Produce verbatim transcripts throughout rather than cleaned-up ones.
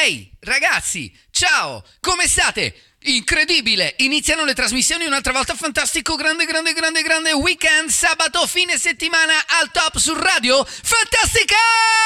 Ehi, ragazzi, ciao, come state? Incredibile, iniziano le trasmissioni un'altra volta, fantastico, grande, grande, grande, grande weekend, sabato, fine settimana al top su Radio Fantastica!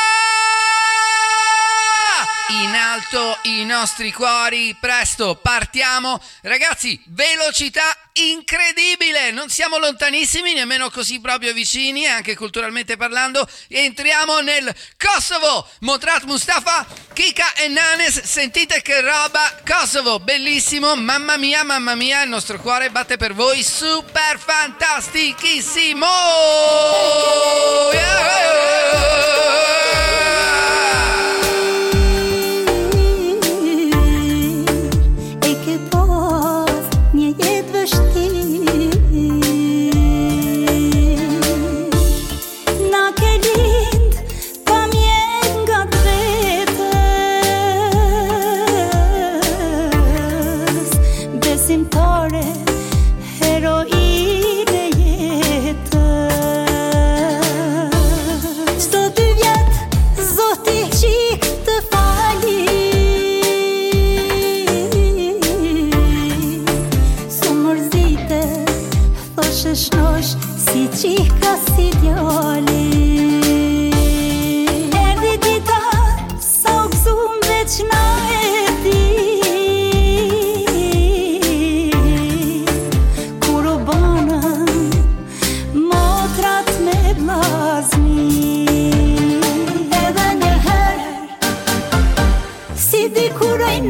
In alto i nostri cuori, presto, partiamo. Ragazzi, velocità incredibile, non siamo lontanissimi, nemmeno così proprio vicini, anche culturalmente parlando. Entriamo nel Kosovo, Motrat Mustafa, Kika e Nanes, sentite che roba, Kosovo, bellissimo, mamma mia, mamma mia, il nostro cuore batte per voi, super fantastichissimo! Yeah! Qika si djali Erdi dita sa u gëzum veç na e di Kur u banën motrat me vllazni Edhe njëherë si di kur ai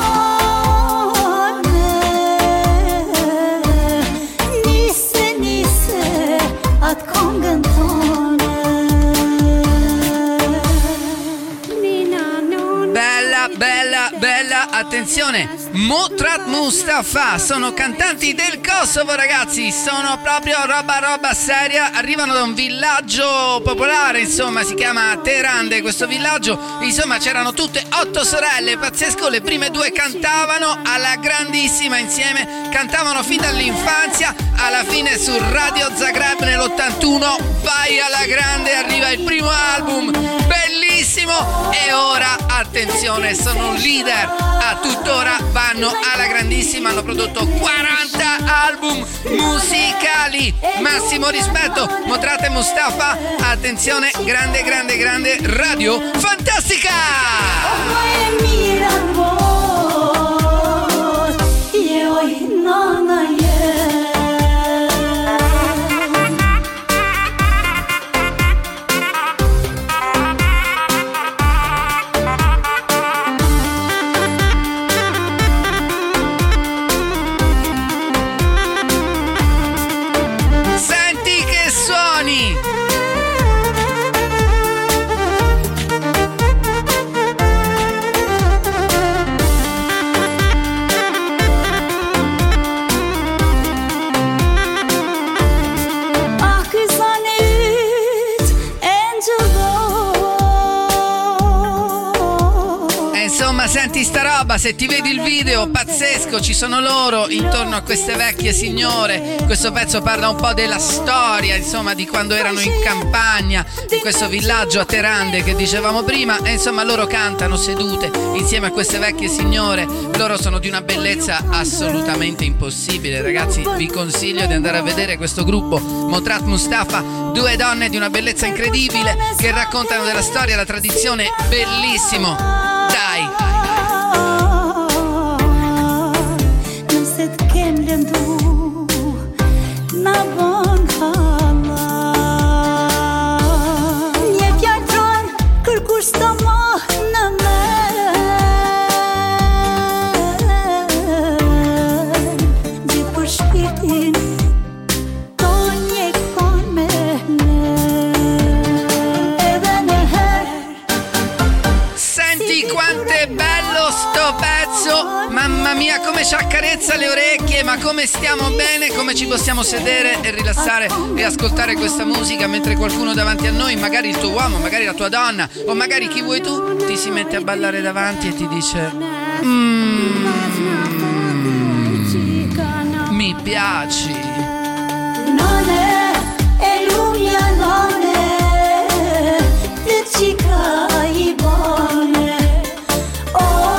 Attenzione, Motrat Mustafa, sono cantanti del Kosovo, ragazzi, sono proprio roba roba seria, arrivano da un villaggio popolare, insomma, si chiama Terande questo villaggio, insomma c'erano tutte otto sorelle, pazzesco, le prime due cantavano alla grandissima insieme, cantavano fin dall'infanzia, alla fine su Radio Zagreb nell'ottantuno, vai alla grande, arriva il primo album, bellissimo, e ora, attenzione, sono un leader, a tuttora vanno alla grandissima, hanno prodotto quaranta album musicali, massimo rispetto, Motrat e Mustafa, attenzione, grande, grande, grande Radio Fantastica! Senti sta roba, se ti vedi il video, pazzesco, ci sono loro intorno a queste vecchie signore, questo pezzo parla un po' della storia, insomma, di quando erano in campagna, in questo villaggio a Terande che dicevamo prima, e insomma loro cantano sedute insieme a queste vecchie signore, loro sono di una bellezza assolutamente impossibile, ragazzi, vi consiglio di andare a vedere questo gruppo, Motrat Mustafa, due donne di una bellezza incredibile che raccontano della storia, la tradizione, bellissimo, dai! Mamma mia, come ci accarezza le orecchie, ma come stiamo bene, come ci possiamo sedere e rilassare e ascoltare questa musica mentre qualcuno davanti a noi, magari il tuo uomo, magari la tua donna o magari chi vuoi tu, ti si mette a ballare davanti e ti dice mm, mi piaci. Oh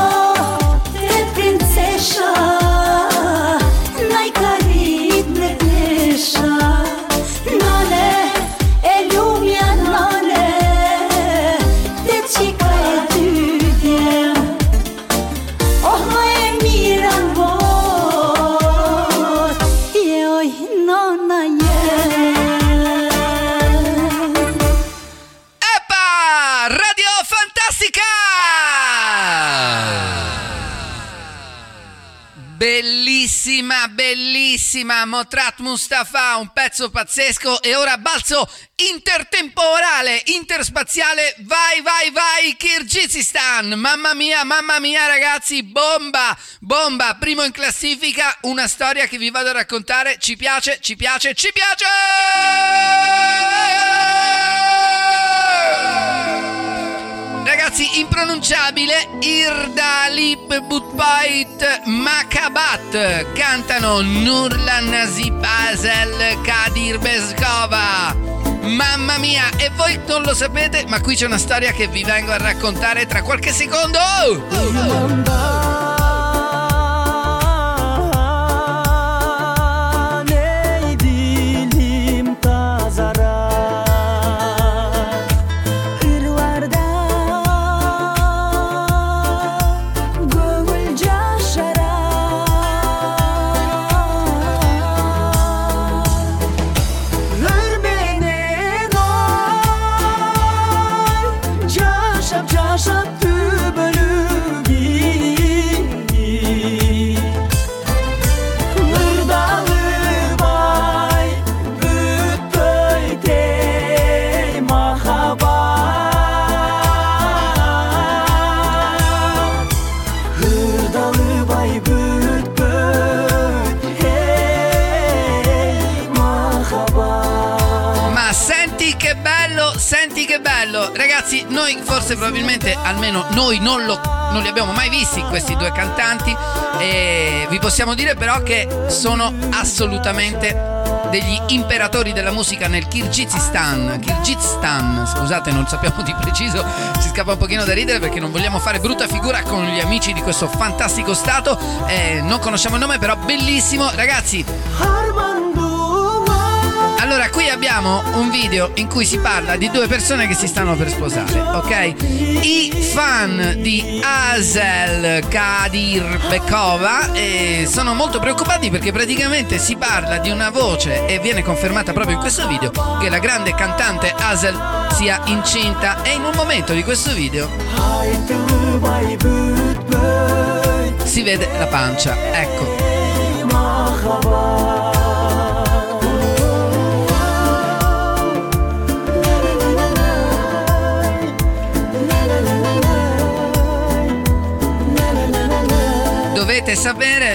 Bellissima, bellissima Motrat Mustafa, un pezzo pazzesco. E ora balzo intertemporale, interspaziale, vai vai vai Kirghizistan. Mamma mia, mamma mia ragazzi, bomba, bomba, primo in classifica, una storia che vi vado a raccontare, ci piace, ci piace, ci piace! Ragazzi, impronunciabile, Irdalip Butbait Makabat, cantano Nurlan Nasip Azel Kadir Beskova. Mamma mia, e voi non lo sapete, ma qui c'è una storia che vi vengo a raccontare tra qualche secondo. Oh! Oh! Senti che bello, ragazzi, noi forse probabilmente, almeno noi non, lo, non li abbiamo mai visti questi due cantanti, e vi possiamo dire però che sono assolutamente degli imperatori della musica nel Kirghizistan, Kirghizistan, scusate non sappiamo di preciso, ci scappa un pochino da ridere perché non vogliamo fare brutta figura con gli amici di questo fantastico stato, eh, non conosciamo il nome però bellissimo, ragazzi. Allora, qui abbiamo un video in cui si parla di due persone che si stanno per sposare, ok? I fan di Azel Kadirbekova eh, sono molto preoccupati perché praticamente si parla di una voce, e viene confermata proprio in questo video, che la grande cantante Azel sia incinta, e in un momento di questo video si vede la pancia, ecco. Dovete sapere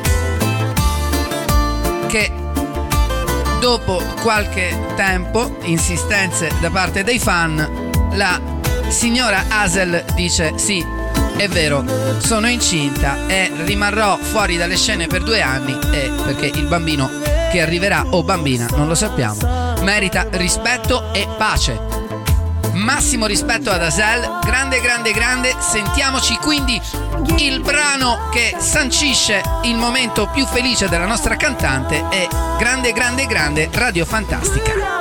che dopo qualche tempo, insistenze da parte dei fan, la signora Azel dice sì, è vero, sono incinta e rimarrò fuori dalle scene per due anni, e perché il bambino che arriverà o bambina non lo sappiamo, merita rispetto e pace. Massimo rispetto ad Azel, grande grande grande. Sentiamoci quindi il brano che sancisce il momento più felice della nostra cantante, e grande grande grande Radio Fantastica.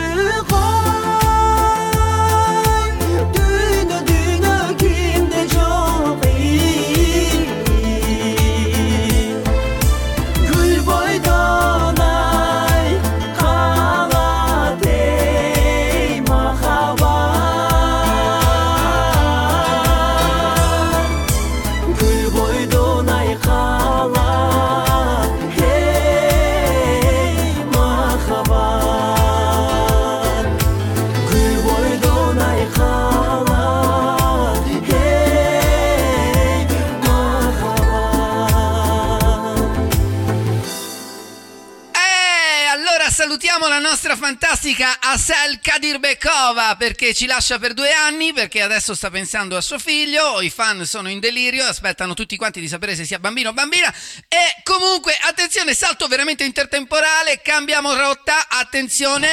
Salutiamo la nostra fantastica Azel Kadirbekova, perché ci lascia per due anni, perché adesso sta pensando a suo figlio, i fan sono in delirio, aspettano tutti quanti di sapere se sia bambino o bambina, e comunque attenzione, salto veramente intertemporale, cambiamo rotta, attenzione!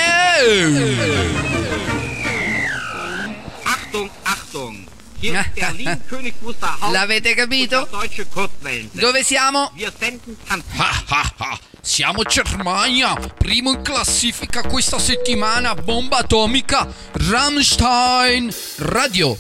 Achtung, Achtung! Hier ist Berlin, König Wusterhausen. L'avete capito? Dove siamo? Wir senden Tanz. Siamo Germania, primo in classifica questa settimana, bomba atomica, Rammstein Radio.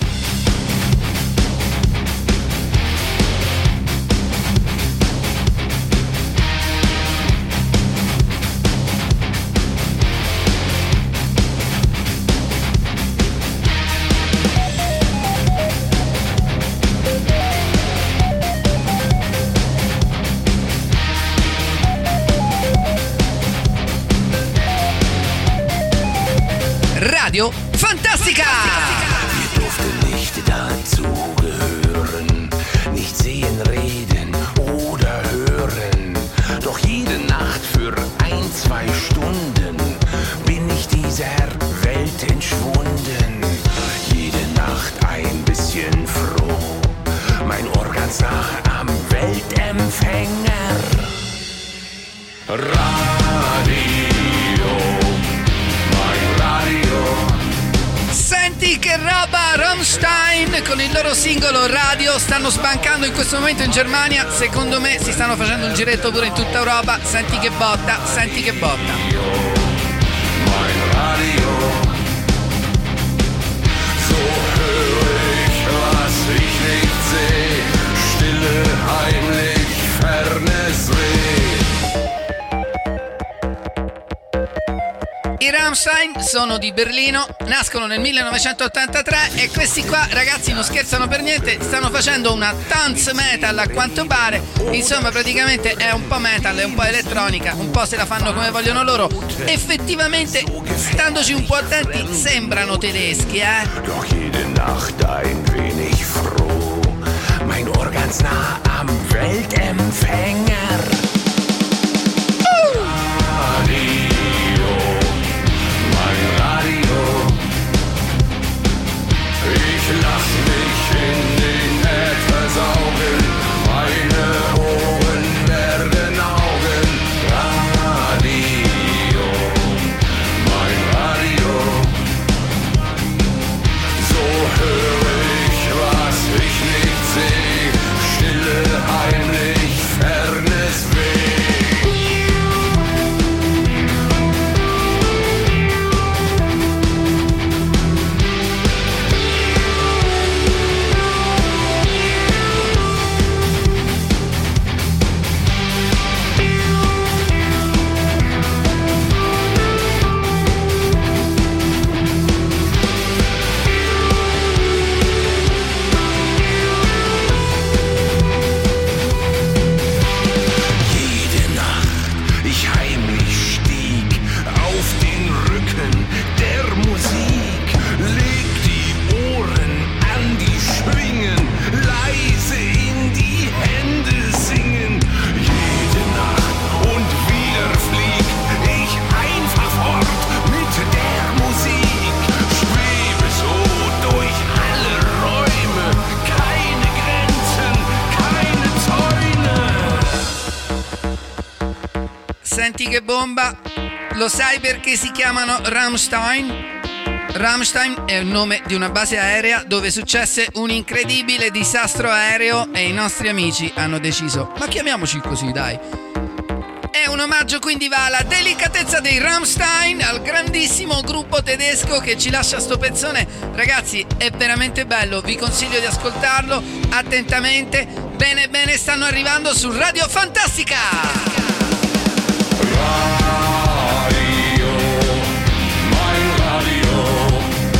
e con il loro singolo Radio stanno sbancando in questo momento in Germania. Secondo me si stanno facendo un giretto pure in tutta Europa. Senti che botta, senti che botta. Mein Radio, so höre ich, was ich nicht seh, stille, heimlich, fernes Weh. I Rammstein sono di Berlino, nascono nel millenovecentottantatré e questi qua, ragazzi, non scherzano per niente, stanno facendo una dance metal a quanto pare. Insomma, praticamente è un po' metal, è un po' elettronica, un po' se la fanno come vogliono loro. Effettivamente, standoci un po' attenti, sembrano tedeschi, eh? Doch jede Nacht ein wenig froh, mein Ohr ganz nah am Weltempfänger. Lass mich in den Äther saugen, meine Ohren werden Augen. Radio, mein Radio, so höre ich, was ich nicht seh, stille, heimlich, fernes Weh. Senti che bomba, lo sai perché si chiamano Rammstein? Rammstein è il nome di una base aerea dove successe un incredibile disastro aereo e i nostri amici hanno deciso, ma chiamiamoci così, dai. È un omaggio, quindi va alla delicatezza dei Rammstein, al grandissimo gruppo tedesco che ci lascia sto pezzone. Ragazzi, è veramente bello, vi consiglio di ascoltarlo attentamente. Bene bene, stanno arrivando su Radio Fantastica. Radio, mein Radio,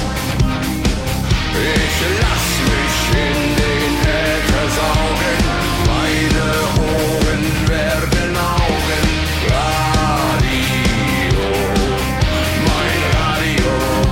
ich lass mich in den Äther saugen, meine Ohren werden Augen. Radio, mein Radio.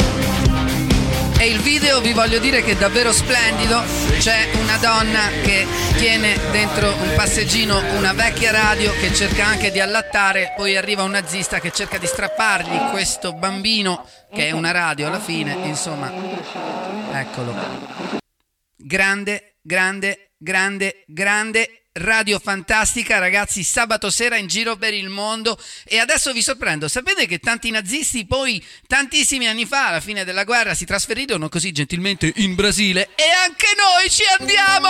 E il video vi voglio dire che è davvero splendido. C'è una donna che tiene dentro un passeggino una vecchia radio che cerca anche di allattare, poi arriva un nazista che cerca di strappargli questo bambino che è una radio alla fine, insomma, eccolo. Grande, grande, grande, grande Radio Fantastica, ragazzi, sabato sera in giro per il mondo. E adesso vi sorprendo, sapete che tanti nazisti poi tantissimi anni fa, alla fine della guerra, si trasferirono così gentilmente in Brasile e anche noi ci andiamo!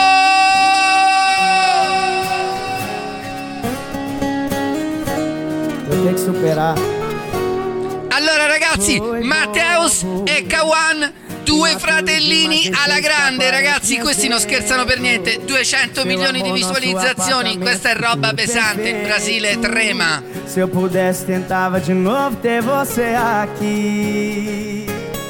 Eu tenho que superar. Allora ragazzi, Matteus e Kawan, due fratellini alla grande, ragazzi, questi non scherzano per niente. Duecento milioni di visualizzazioni, questa è roba pesante, il Brasile trema. Se eu pudesse tentava de novo ter você aqui.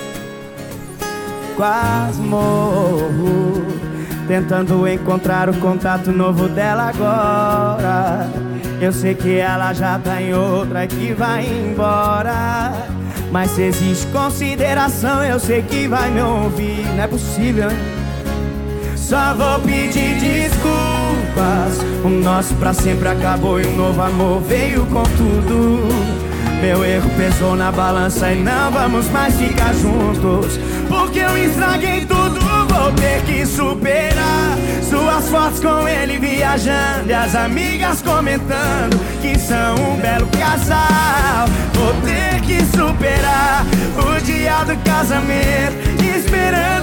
Quase morro tentando encontrar o contato novo dela agora. Eu sei que ela já tá em outra que vai embora. Mas se existe consideração, eu sei que vai me ouvir. Não é possível, hein? Só vou pedir desculpas. O nosso pra sempre acabou e o novo amor veio com tudo. Meu erro pesou na balança e não vamos mais ficar juntos. Porque eu estraguei tudo, vou ter que superar. Suas fotos com ele viajando e as amigas comentando que são um belo casal. Vou ter que superar o dia do casamento, esperando que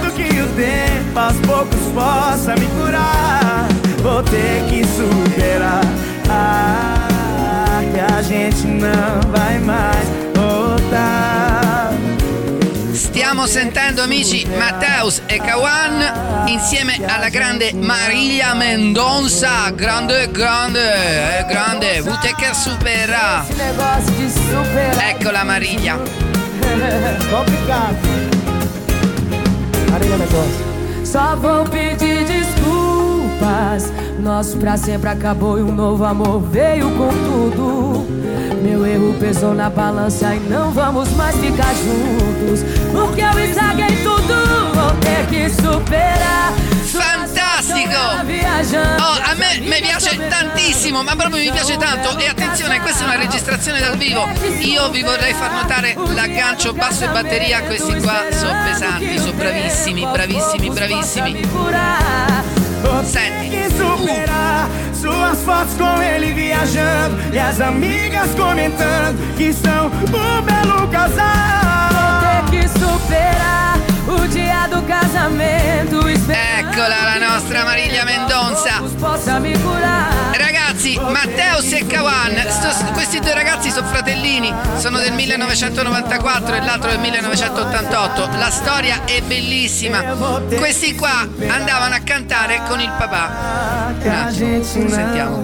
o tempo aos poucos possa me curar. Vou ter que superar, ah, que a gente não vai mais voltar. Stiamo sentendo, amici, Mattheus e Kawan insieme alla grande Marília Mendonça. Grande, grande, eh, grande. Vou ter que superar. Eccola Marília. Complicado. Marília Mendonça. Só vou pedir desculpas. Nosso pra sempre acabou e um novo amor veio com tudo. Meu erro pesou na balança e não vamos mais ficar juntos, porque eu estraguei tudo. Vou ter que superar. Fantastico! Oh, a me, me piace tantissimo, ma proprio mi piace tanto. E attenzione, questa è una registrazione dal vivo. Io vi vorrei far notare l'aggancio basso e batteria. Questi qua sono pesanti, sono bravissimi, bravissimi, bravissimi. Senti. Superar suas fotos com ele viajando e as amigas comentando que são um belo casal. Vou ter que superar o dia do casamento. Eccola la nostra Marília Mendonça. Ragazzi, Mattheus e Kawan, sto, questi due ragazzi sono fratellini, sono del millenovecentonovantaquattro e l'altro del millenovecentottantotto. La storia è bellissima. Questi qua andavano a cantare con il papà. Ah, sentiamo.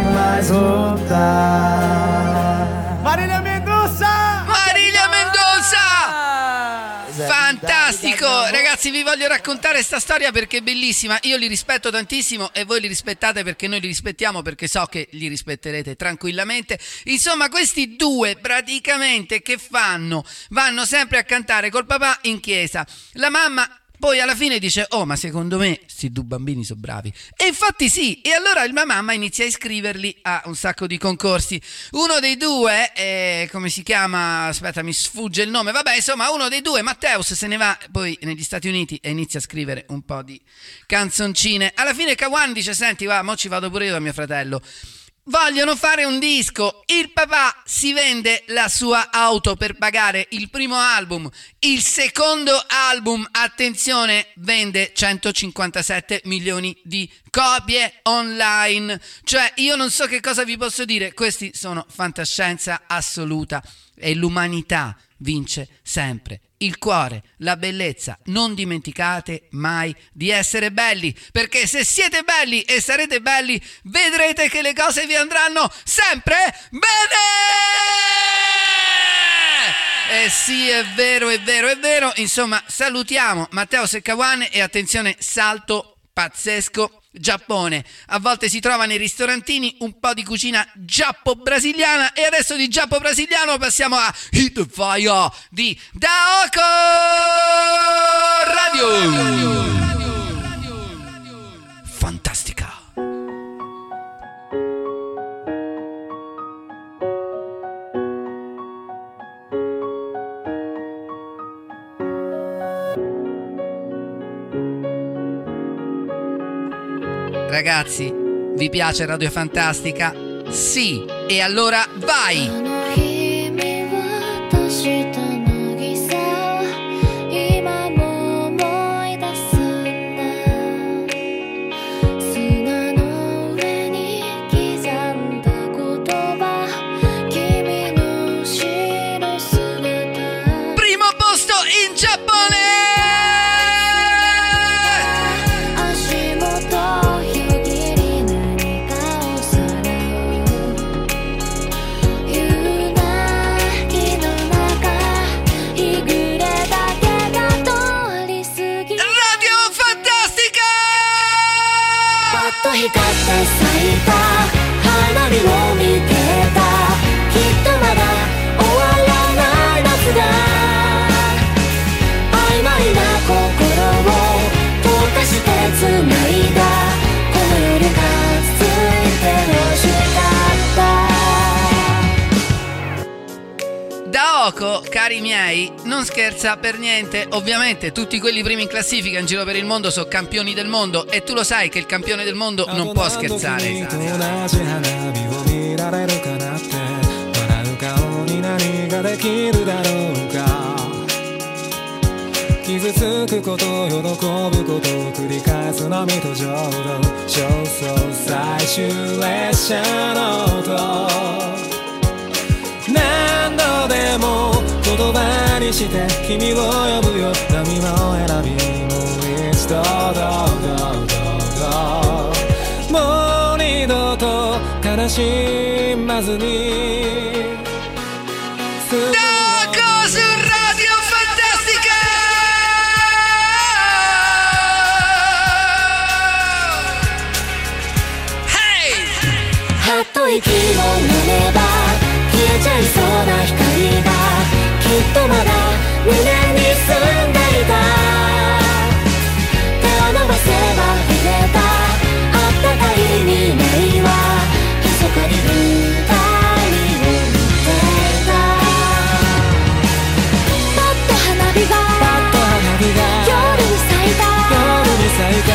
Marília Mendonça! Marília Mendonça! Fantastico, ragazzi, vi voglio raccontare sta storia perché è bellissima. Io li rispetto tantissimo e voi li rispettate perché noi li rispettiamo, perché so che li rispetterete tranquillamente. Insomma, questi due praticamente che fanno? Vanno sempre a cantare col papà in chiesa. La mamma poi alla fine dice: oh, ma secondo me sti due bambini sono bravi. E infatti sì. E allora la mamma inizia a iscriverli a un sacco di concorsi. Uno dei due, eh, come si chiama? Aspetta, mi sfugge il nome. Vabbè, insomma, uno dei due, Mattheus, se ne va poi negli Stati Uniti e inizia a scrivere un po' di canzoncine. Alla fine Kawan dice: senti, va, mo ci vado pure io da mio fratello. Vogliono fare un disco. Il papà si vende la sua auto per pagare il primo album. Il secondo album, attenzione, vende centocinquantasette milioni di copie online. Cioè, io non so che cosa vi posso dire. Questi sono fantascienza assoluta. E l'umanità vince sempre. Il cuore, la bellezza, non dimenticate mai di essere belli, perché se siete belli e sarete belli, vedrete che le cose vi andranno sempre bene! Eh sì, è vero, è vero, è vero. Insomma, salutiamo Mattheus e Kawan e attenzione, salto pazzesco. Giappone, a volte si trova nei ristorantini un po' di cucina giappo-brasiliana e adesso di giappo-brasiliano passiamo a Hit the Fire di Daoko Radio. Fantastica. Ragazzi, vi piace Radio Fantastica? Sì, e allora vai! 光って咲いた花火を見てたきっとまだ終わらない夏が曖昧な心を溶かして繋いだこの夜が続いて欲しかった Daoko, cari miei, non scherza per niente. Ovviamente tutti quelli primi in classifica in giro per il mondo sono campioni del mondo e tu lo sai che il campione del mondo non può scherzare. 傷つくこと喜ぶことを繰り返す波と浄土焦燥最終列車の音何度でも言葉にして君を呼ぶよ波の選びもう一度どうどうどうもう二度と悲しまずに Doco su Radio Fantastica! Hey! はっと息を飲めば消えちゃいそうな光がきっとまだ胸に住んでいた手を伸ばせば触れたあったかい未来は密かに二人を見ていたパッと花火が夜に咲いた夜に咲いて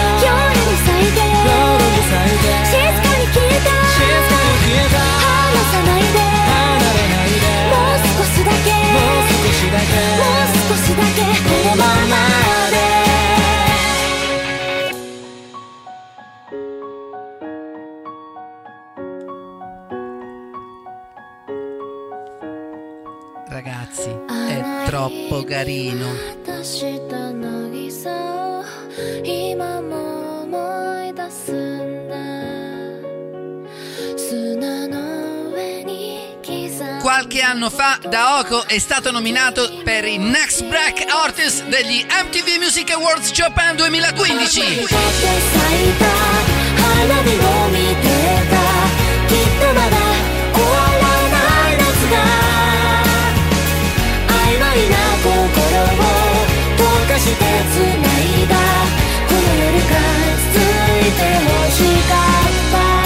静かに消えた離さないでもう少しだけもう少しだけこのままで Ragazzi, è troppo carino. 今も思い出すんだ砂の上に刻む Qualche anno fa Daoko è stato nominato per il Next Break Artist degli M T V Music Awards Japan duemilaquindici. 咲いた花火を見てたきっとまだ終わらない夏が曖昧な心を溶かして繋いだこの夜が続いて欲しかった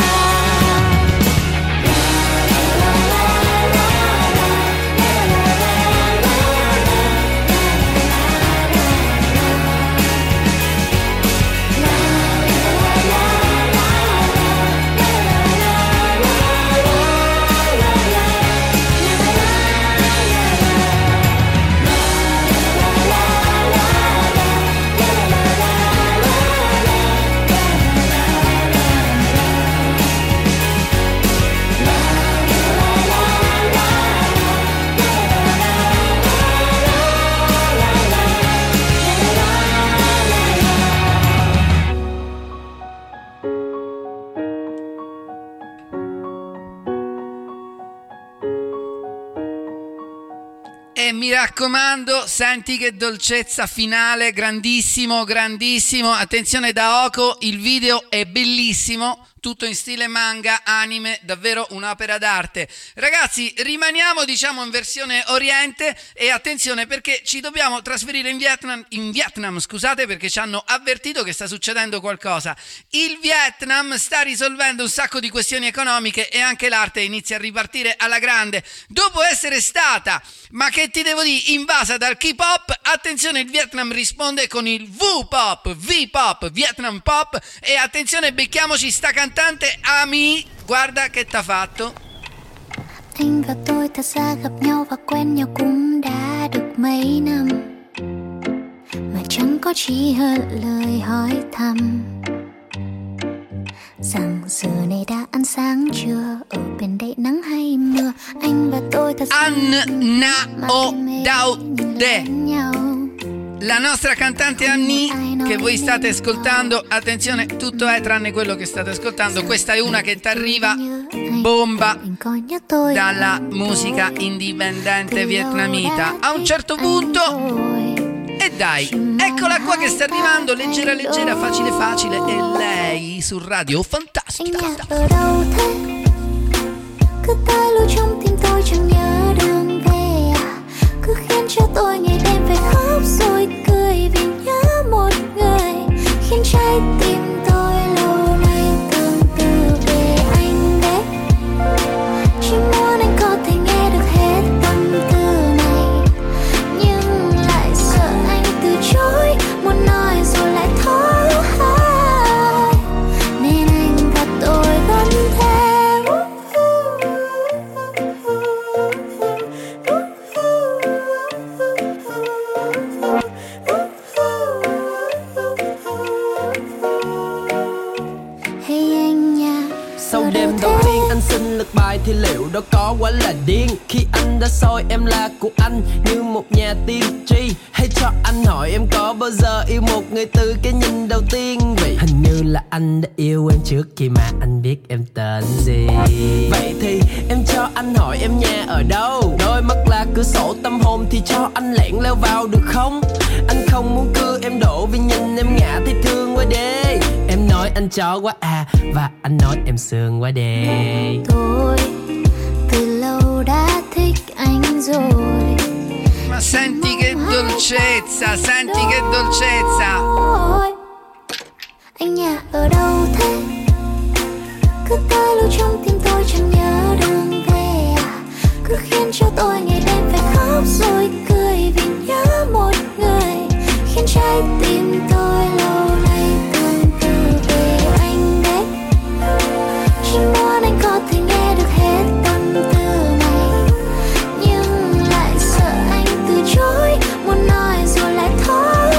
E mi raccomando, senti che dolcezza finale, grandissimo, grandissimo. Attenzione Daoko, il video è bellissimo, tutto in stile manga, anime, davvero un'opera d'arte. Ragazzi, rimaniamo diciamo in versione oriente e attenzione perché ci dobbiamo trasferire in Vietnam, in Vietnam, scusate, perché ci hanno avvertito che sta succedendo qualcosa. Il Vietnam sta risolvendo un sacco di questioni economiche e anche l'arte inizia a ripartire alla grande. Dopo essere stata, ma che ti devo dire, invasa dal K-pop, attenzione, il Vietnam risponde con il V-pop, V-pop, Vietnam pop e attenzione, becchiamoci sta cantante Ami, guarda che t'ha fatto. Anh và tôi thật ra gặp nhau và quen nhau cũng đã được mấy năm mà chẳng có chi hơn lời hỏi thăm rằng giờ này đã ăn sáng chưa, ở bên đây nắng hay mưa. Anh và tôi thật ra Annao Daude, la nostra cantante Annie che voi state ascoltando. Attenzione, tutto è tranne quello che state ascoltando. Questa è una che ti arriva bomba dalla musica indipendente vietnamita. A un certo punto, e dai, eccola qua che sta arrivando, leggera leggera, facile facile, e lei su Radio Fantastica. ở đâu thế? Cứ tới lưu trong tim tôi chẳng nhớ đường về à? Cứ khiến cho tôi ngày đêm phải khóc rồi cười vì nhớ một người khiến trái tim tôi lâu nay tương tư về anh đấy. Chỉ muốn anh có thể nghe được hết tâm tư này nhưng lại sợ anh từ chối, muốn nói rồi lại thôi. Nên anh và tôi vẫn theo. sau đêm đầu tiên anh xin lượt bài thì liệu đó có quá là điên. Khi anh đã soi em là của anh như một nhà tiên tri. Hãy cho anh hỏi em có bao giờ yêu một người từ cái nhìn đầu tiên. Vậy hình như là anh đã yêu em trước khi mà anh biết em tên gì. Vậy thì em cho anh hỏi em nhà ở đâu. Đôi mắt là cửa sổ tâm hồn thì cho anh lẻn leo vào được không. Anh không muốn cưa em đổ vì nhìn em ngã thấy thương quá đê. Em nói anh chó quá à và anh nói em sương quá đê. Tôi từ lâu đã thích anh rồi. Ma senti che dolcezza, senti che dolcezza. Anh nhà ở đâu thế? Cứ tới lưu trong tim tôi chẳng nhớ đường về à. Cứ khiến cho tôi ngày đêm phải khóc rồi cười vì nhớ một người. Khiến trái tim tôi lâu nay từng từ về anh đấy. Chỉ muốn anh có thể nghe được hết tâm tư này. Nhưng lại sợ anh từ chối. Muốn nói rồi lại thôi.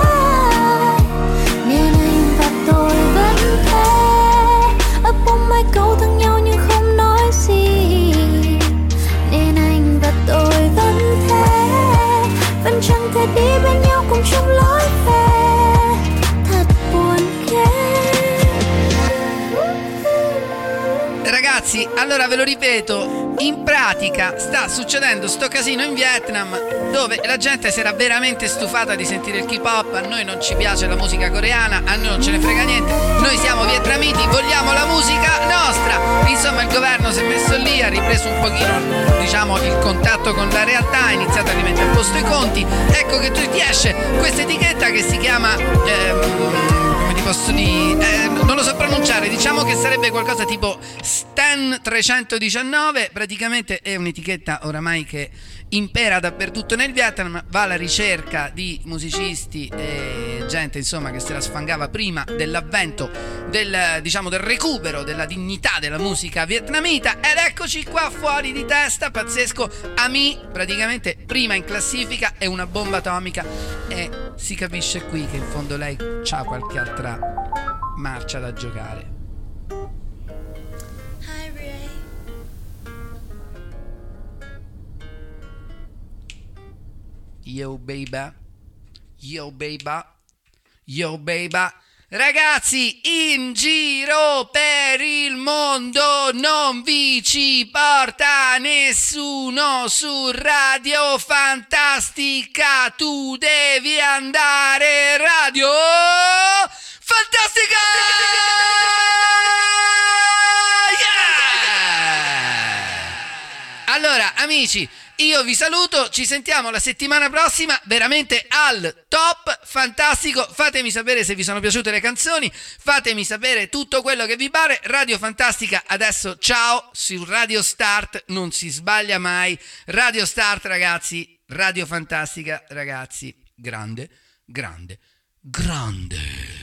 Nên anh và tôi vẫn thế. Ấp úng mấy câu thương nhau nhưng không nói gì. Nên anh và tôi vẫn thế. Vẫn chẳng thể đi bên nhau cùng chung lối về. Thật buồn ghê. Ragazzi, allora ve lo ripeto, in pratica sta succedendo sto casino in Vietnam dove la gente si era veramente stufata di sentire il K-pop. A noi non ci piace la musica coreana, a noi non ce ne frega niente, noi siamo vietnamiti, vogliamo la musica nostra. Insomma, il governo si è messo lì, ha ripreso un pochino, diciamo, il contatto con la realtà, ha iniziato a rimettere a posto i conti. Ecco che tu ti esce questa etichetta che si chiama ehm, come ti posso dire, eh, non lo so pronunciare, diciamo che sarebbe qualcosa tipo Stan trecentodiciannove. Praticamente è un'etichetta oramai che impera dappertutto nel Vietnam, va alla ricerca di musicisti e gente insomma che se la sfangava prima dell'avvento del, diciamo, del recupero della dignità della musica vietnamita. Ed eccoci qua fuori di testa, pazzesco. Ami praticamente prima in classifica, è una bomba atomica e si capisce qui che in fondo lei c'ha qualche altra marcia da giocare. Yo baby, yo baby, yo baby. Ragazzi, in giro per il mondo non vi ci porta nessuno su Radio Fantastica. Tu devi andare Radio Fantastica! Yeah! Allora, amici, io vi saluto, ci sentiamo la settimana prossima, veramente al top, fantastico. Fatemi sapere se vi sono piaciute le canzoni, fatemi sapere tutto quello che vi pare. Radio Fantastica adesso ciao, su Radio Start non si sbaglia mai. Radio Start ragazzi, Radio Fantastica ragazzi, grande, grande, grande.